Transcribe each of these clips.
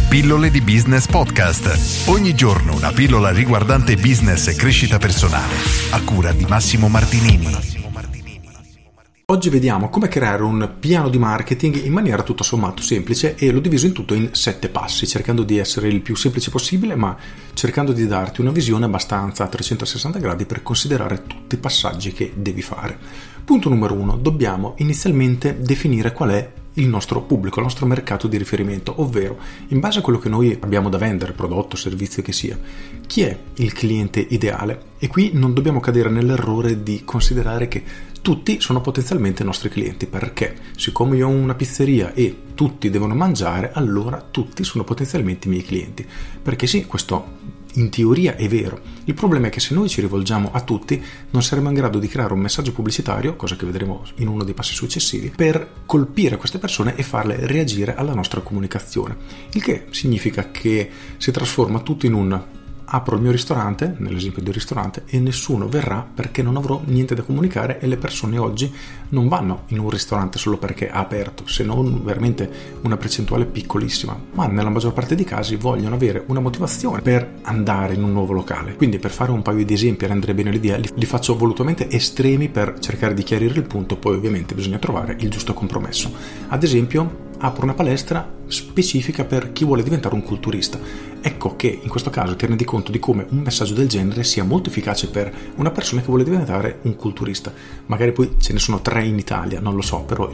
Pillole di Business Podcast. Ogni giorno una pillola riguardante business e crescita personale. A cura di Massimo Martinini. Oggi vediamo come creare un piano di marketing in maniera tutto sommato semplice e l'ho diviso in tutto in 7 passi, cercando di essere il più semplice possibile, ma cercando di darti una visione abbastanza a 360 gradi per considerare tutti i passaggi che devi fare. Punto numero 1. Dobbiamo inizialmente definire qual è il nostro pubblico, il nostro mercato di riferimento, ovvero in base a quello che noi abbiamo da vendere, prodotto, servizio che sia, chi è il cliente ideale? E qui non dobbiamo cadere nell'errore di considerare che tutti sono potenzialmente nostri clienti, perché siccome io ho una pizzeria e tutti devono mangiare, allora tutti sono potenzialmente i miei clienti, perché sì, questo in teoria è vero. Il problema è che se noi ci rivolgiamo a tutti non saremo in grado di creare un messaggio pubblicitario, cosa che vedremo in uno dei passi successivi, per colpire queste persone e farle reagire alla nostra comunicazione, il che significa che si trasforma tutto in un apro il mio ristorante, nell'esempio del ristorante, e nessuno verrà perché non avrò niente da comunicare, e le persone oggi non vanno in un ristorante solo perché ha aperto, se non veramente una percentuale piccolissima, ma nella maggior parte dei casi vogliono avere una motivazione per andare in un nuovo locale. Quindi, per fare un paio di esempi e rendere bene l'idea, li faccio volutamente estremi per cercare di chiarire il punto, poi ovviamente bisogna trovare il giusto compromesso. Ad esempio, apro una palestra specifica per chi vuole diventare un culturista. Ecco che in questo caso ti rendi conto di come un messaggio del genere sia molto efficace per una persona che vuole diventare un culturista. Magari poi ce ne sono 3 in Italia, non lo so, però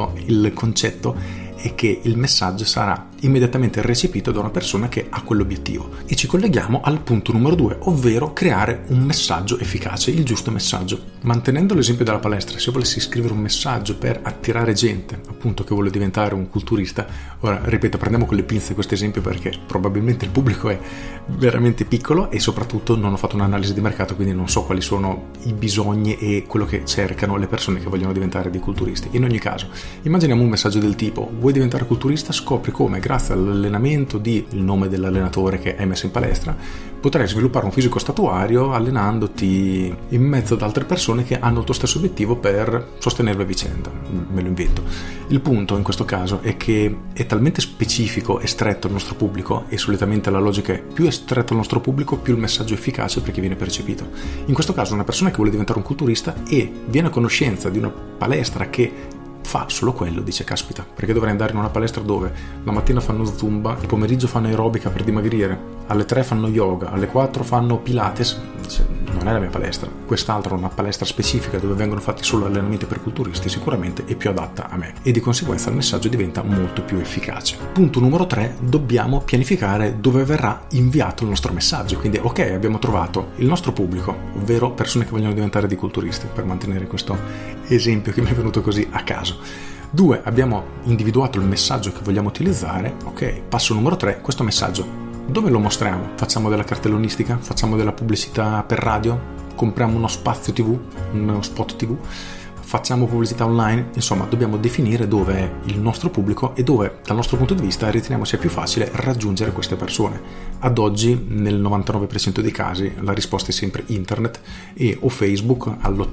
il concetto è che il messaggio sarà immediatamente recepito da una persona che ha quell'obiettivo. E ci colleghiamo al punto numero 2, ovvero creare un messaggio efficace, il giusto messaggio. Mantenendo l'esempio della palestra, se volessi scrivere un messaggio per attirare gente, appunto, che vuole diventare un culturista, ora ripeto, prendiamo con le pinze questo esempio perché probabilmente il pubblico è veramente piccolo e soprattutto non ho fatto un'analisi di mercato, quindi non so quali sono i bisogni e quello che cercano le persone che vogliono diventare dei culturisti. In ogni caso, immaginiamo un messaggio del tipo: vuoi diventare culturista? Scopri come, grazie all'allenamento di il nome dell'allenatore che hai messo in palestra, potrai sviluppare un fisico statuario allenandoti in mezzo ad altre persone che hanno il tuo stesso obiettivo per sostenervi a vicenda. Me lo invento. Il punto in questo caso è che è talmente specifico e stretto il nostro pubblico, e solitamente la logica è più è stretto il nostro pubblico più il messaggio è efficace perché viene percepito. In questo caso una persona che vuole diventare un culturista e viene a conoscenza di una palestra che fa solo quello, dice: caspita, perché dovrei andare in una palestra dove la mattina fanno zumba, il pomeriggio fanno aerobica per dimagrire, alle 3 fanno yoga, alle 4 fanno pilates? Dice, non è la mia palestra. Quest'altra è una palestra specifica dove vengono fatti solo allenamenti per culturisti, sicuramente è più adatta a me, e di conseguenza il messaggio diventa molto più efficace. Punto numero 3, dobbiamo pianificare dove verrà inviato il nostro messaggio. Quindi ok, abbiamo trovato il nostro pubblico, ovvero persone che vogliono diventare dei culturisti, per mantenere questo esempio che mi è venuto così a caso. 2, abbiamo individuato il messaggio che vogliamo utilizzare. Ok, passo numero 3, questo messaggio dove lo mostriamo? Facciamo della cartellonistica? Facciamo della pubblicità per radio? Compriamo uno spazio TV? Uno spot TV? Facciamo pubblicità online? Insomma, dobbiamo definire dove è il nostro pubblico e dove, dal nostro punto di vista, riteniamo sia più facile raggiungere queste persone. Ad oggi, nel 99% dei casi, la risposta è sempre internet, e o Facebook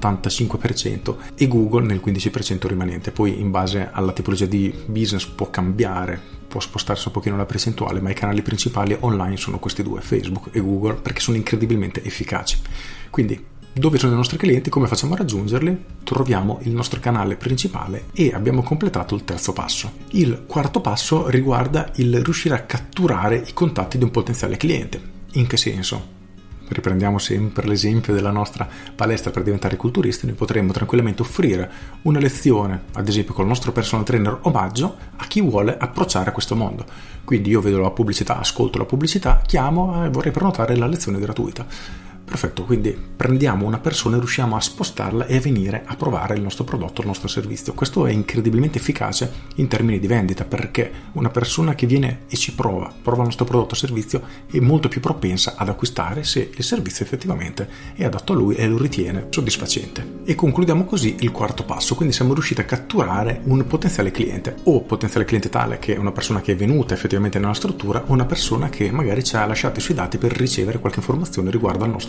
all'85% e Google nel 15% rimanente. Poi, in base alla tipologia di business, può cambiare, può spostarsi un pochino la percentuale, ma i canali principali online sono questi due, Facebook e Google, perché sono incredibilmente efficaci. Quindi, dove sono i nostri clienti? Come facciamo a raggiungerli? Troviamo il nostro canale principale e abbiamo completato il terzo passo. Il quarto passo riguarda il riuscire a catturare i contatti di un potenziale cliente. In che senso? Riprendiamo sempre l'esempio della nostra palestra per diventare culturisti. Noi potremmo tranquillamente offrire una lezione, ad esempio col nostro personal trainer omaggio, a chi vuole approcciare a questo mondo. Quindi io vedo la pubblicità, ascolto la pubblicità, chiamo e vorrei prenotare la lezione gratuita. Perfetto, quindi prendiamo una persona e riusciamo a spostarla e a venire a provare il nostro prodotto, il nostro servizio. Questo è incredibilmente efficace in termini di vendita, perché una persona che viene e ci prova il nostro prodotto o servizio è molto più propensa ad acquistare se il servizio effettivamente è adatto a lui e lo ritiene soddisfacente. E concludiamo così il quarto passo, quindi siamo riusciti a catturare un potenziale cliente, o potenziale cliente tale che è una persona che è venuta effettivamente nella struttura, o una persona che magari ci ha lasciato i suoi dati per ricevere qualche informazione riguardo al nostro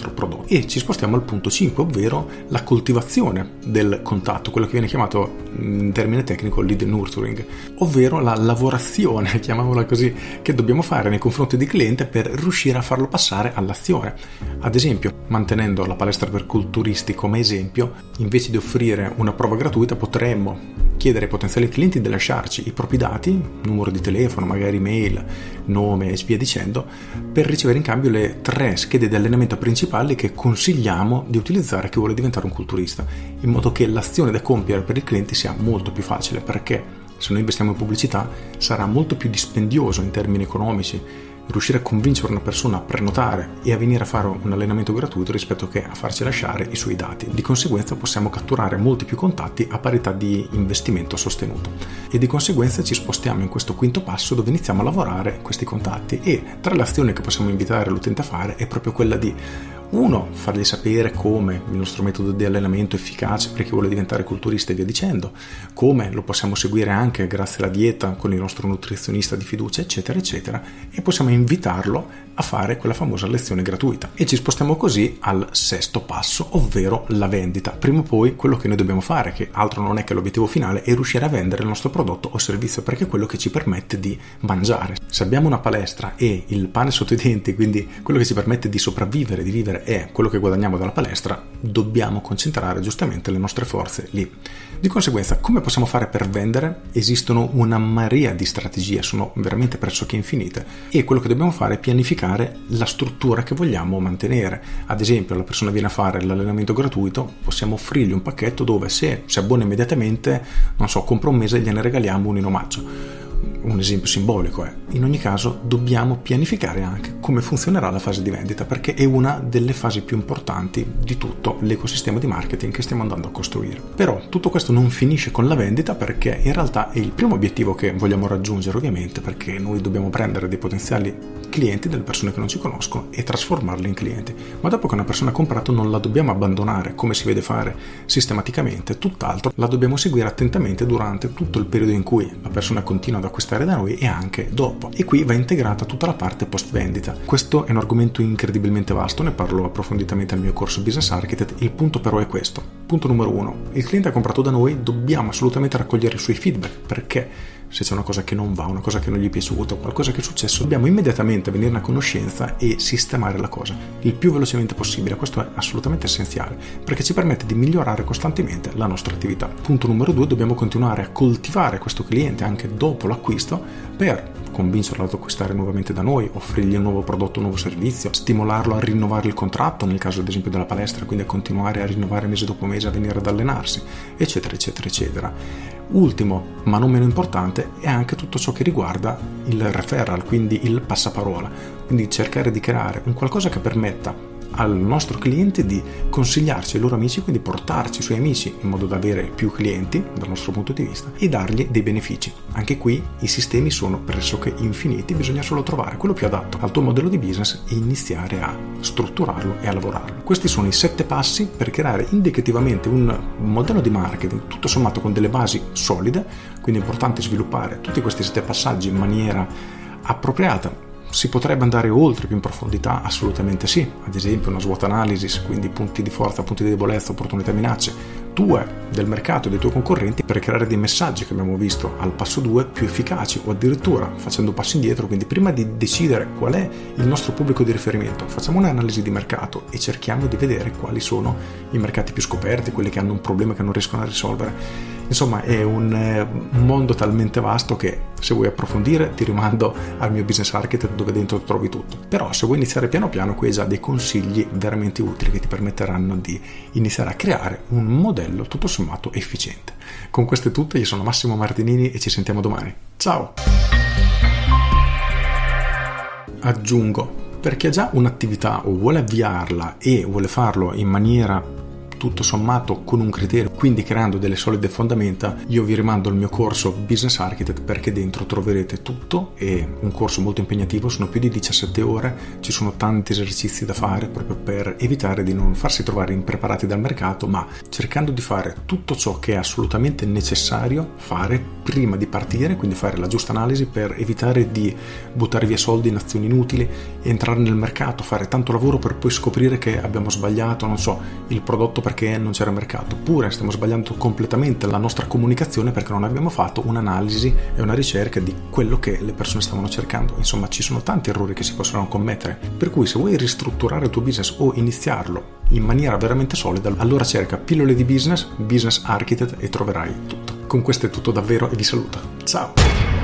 nostro prodotto. E ci spostiamo al punto 5, ovvero la coltivazione del contatto, quello che viene chiamato in termine tecnico lead nurturing, ovvero la lavorazione, chiamiamola così, che dobbiamo fare nei confronti del cliente per riuscire a farlo passare all'azione. Ad esempio, mantenendo la palestra per culturisti come esempio, invece di offrire una prova gratuita potremmo chiedere ai potenziali clienti di lasciarci i propri dati, numero di telefono, magari mail, nome e via dicendo, per ricevere in cambio le 3 schede di allenamento principali che consigliamo di utilizzare a chi vuole diventare un culturista, in modo che l'azione da compiere per il cliente sia molto più facile, perché se noi investiamo in pubblicità sarà molto più dispendioso in termini economici riuscire a convincere una persona a prenotare e a venire a fare un allenamento gratuito rispetto che a farci lasciare i suoi dati. Di conseguenza possiamo catturare molti più contatti a parità di investimento sostenuto e di conseguenza ci spostiamo in questo quinto passo dove iniziamo a lavorare questi contatti, e tra le azioni che possiamo invitare l'utente a fare è proprio quella di fargli sapere come il nostro metodo di allenamento è efficace per chi vuole diventare culturista e via dicendo, come lo possiamo seguire anche grazie alla dieta con il nostro nutrizionista di fiducia, eccetera eccetera, e possiamo invitarlo a fare quella famosa lezione gratuita. E ci spostiamo così al sesto passo, ovvero la vendita. Prima o poi quello che noi dobbiamo fare, che altro non è che l'obiettivo finale, è riuscire a vendere il nostro prodotto o servizio, perché è quello che ci permette di mangiare. Se abbiamo una palestra e il pane sotto i denti, quindi quello che ci permette di sopravvivere, di vivere, è quello che guadagniamo dalla palestra, dobbiamo concentrare giustamente le nostre forze lì. Di conseguenza, come possiamo fare per vendere? Esistono una marea di strategie, sono veramente pressoché infinite, e quello che dobbiamo fare è pianificare la struttura che vogliamo mantenere. Ad esempio, la persona viene a fare l'allenamento gratuito, possiamo offrirgli un pacchetto dove se si abbona immediatamente, compra un mese e gliene regaliamo uno in omaggio. Un esempio simbolico è. In ogni caso dobbiamo pianificare anche come funzionerà la fase di vendita, perché è una delle fasi più importanti di tutto l'ecosistema di marketing che stiamo andando a costruire. Però tutto questo non finisce con la vendita, perché in realtà è il primo obiettivo che vogliamo raggiungere, ovviamente, perché noi dobbiamo prendere dei potenziali clienti, delle persone che non ci conoscono, e trasformarli in clienti. Ma dopo che una persona ha comprato non la dobbiamo abbandonare come si vede fare sistematicamente, tutt'altro, la dobbiamo seguire attentamente durante tutto il periodo in cui la persona continua ad acquistare da noi e anche dopo. E qui va integrata tutta la parte post vendita. Questo è un argomento incredibilmente vasto, ne parlo approfonditamente nel mio corso Business Architect. Il punto però è questo. Punto numero 1: il cliente ha comprato da noi, dobbiamo assolutamente raccogliere i suoi feedback, perché se c'è una cosa che non va, una cosa che non gli è piaciuta, qualcosa che è successo, dobbiamo immediatamente venirne a conoscenza e sistemare la cosa il più velocemente possibile. Questo è assolutamente essenziale, perché ci permette di migliorare costantemente la nostra attività. Punto numero 2: dobbiamo continuare a coltivare questo cliente anche dopo l'acquisto per convincerlo ad acquistare nuovamente da noi, offrirgli un nuovo prodotto, un nuovo servizio, stimolarlo a rinnovare il contratto nel caso ad esempio della palestra, quindi a continuare a rinnovare mese dopo mese, a venire ad allenarsi, eccetera eccetera eccetera. Ultimo, ma non meno importante, è anche tutto ciò che riguarda il referral, quindi il passaparola, quindi cercare di creare un qualcosa che permetta al nostro cliente di consigliarci ai loro amici, quindi portarci i suoi amici in modo da avere più clienti dal nostro punto di vista e dargli dei benefici. Anche qui i sistemi sono pressoché infiniti, bisogna solo trovare quello più adatto al tuo modello di business e iniziare a strutturarlo e a lavorarlo. Questi sono i 7 passi per creare indicativamente un modello di marketing tutto sommato con delle basi solide, quindi è importante sviluppare tutti questi 7 passaggi in maniera appropriata. Si potrebbe andare oltre, più in profondità? Assolutamente sì. Ad esempio una SWOT analysis, quindi punti di forza, punti di debolezza, opportunità e minacce tue, del mercato e dei tuoi concorrenti, per creare dei messaggi che abbiamo visto al passo 2 più efficaci, o addirittura facendo un passo indietro. Quindi prima di decidere qual è il nostro pubblico di riferimento, facciamo un'analisi di mercato e cerchiamo di vedere quali sono i mercati più scoperti, quelli che hanno un problema che non riescono a risolvere. Insomma, è un mondo talmente vasto che se vuoi approfondire ti rimando al mio Business Architect, dove dentro trovi tutto. Però se vuoi iniziare piano piano, qui hai già dei consigli veramente utili che ti permetteranno di iniziare a creare un modello tutto sommato efficiente. Con questo è tutto, io sono Massimo Martinini e ci sentiamo domani. Ciao! Aggiungo, per chi ha già un'attività o vuole avviarla e vuole farlo in maniera tutto sommato con un criterio, quindi creando delle solide fondamenta, io vi rimando al mio corso Business Architect, perché dentro troverete tutto. È un corso molto impegnativo, sono più di 17 ore, ci sono tanti esercizi da fare proprio per evitare di non farsi trovare impreparati dal mercato, ma cercando di fare tutto ciò che è assolutamente necessario fare prima di partire, quindi fare la giusta analisi per evitare di buttare via soldi in azioni inutili, entrare nel mercato, fare tanto lavoro per poi scoprire che abbiamo sbagliato, non so, il prodotto perché non c'era mercato, oppure stiamo sbagliando completamente la nostra comunicazione perché non abbiamo fatto un'analisi e una ricerca di quello che le persone stavano cercando. Insomma, ci sono tanti errori che si possono commettere, per cui se vuoi ristrutturare il tuo business o iniziarlo in maniera veramente solida, allora cerca Pillole di Business, Business Architect, e troverai tutto. Con questo è tutto davvero e vi saluto. Ciao!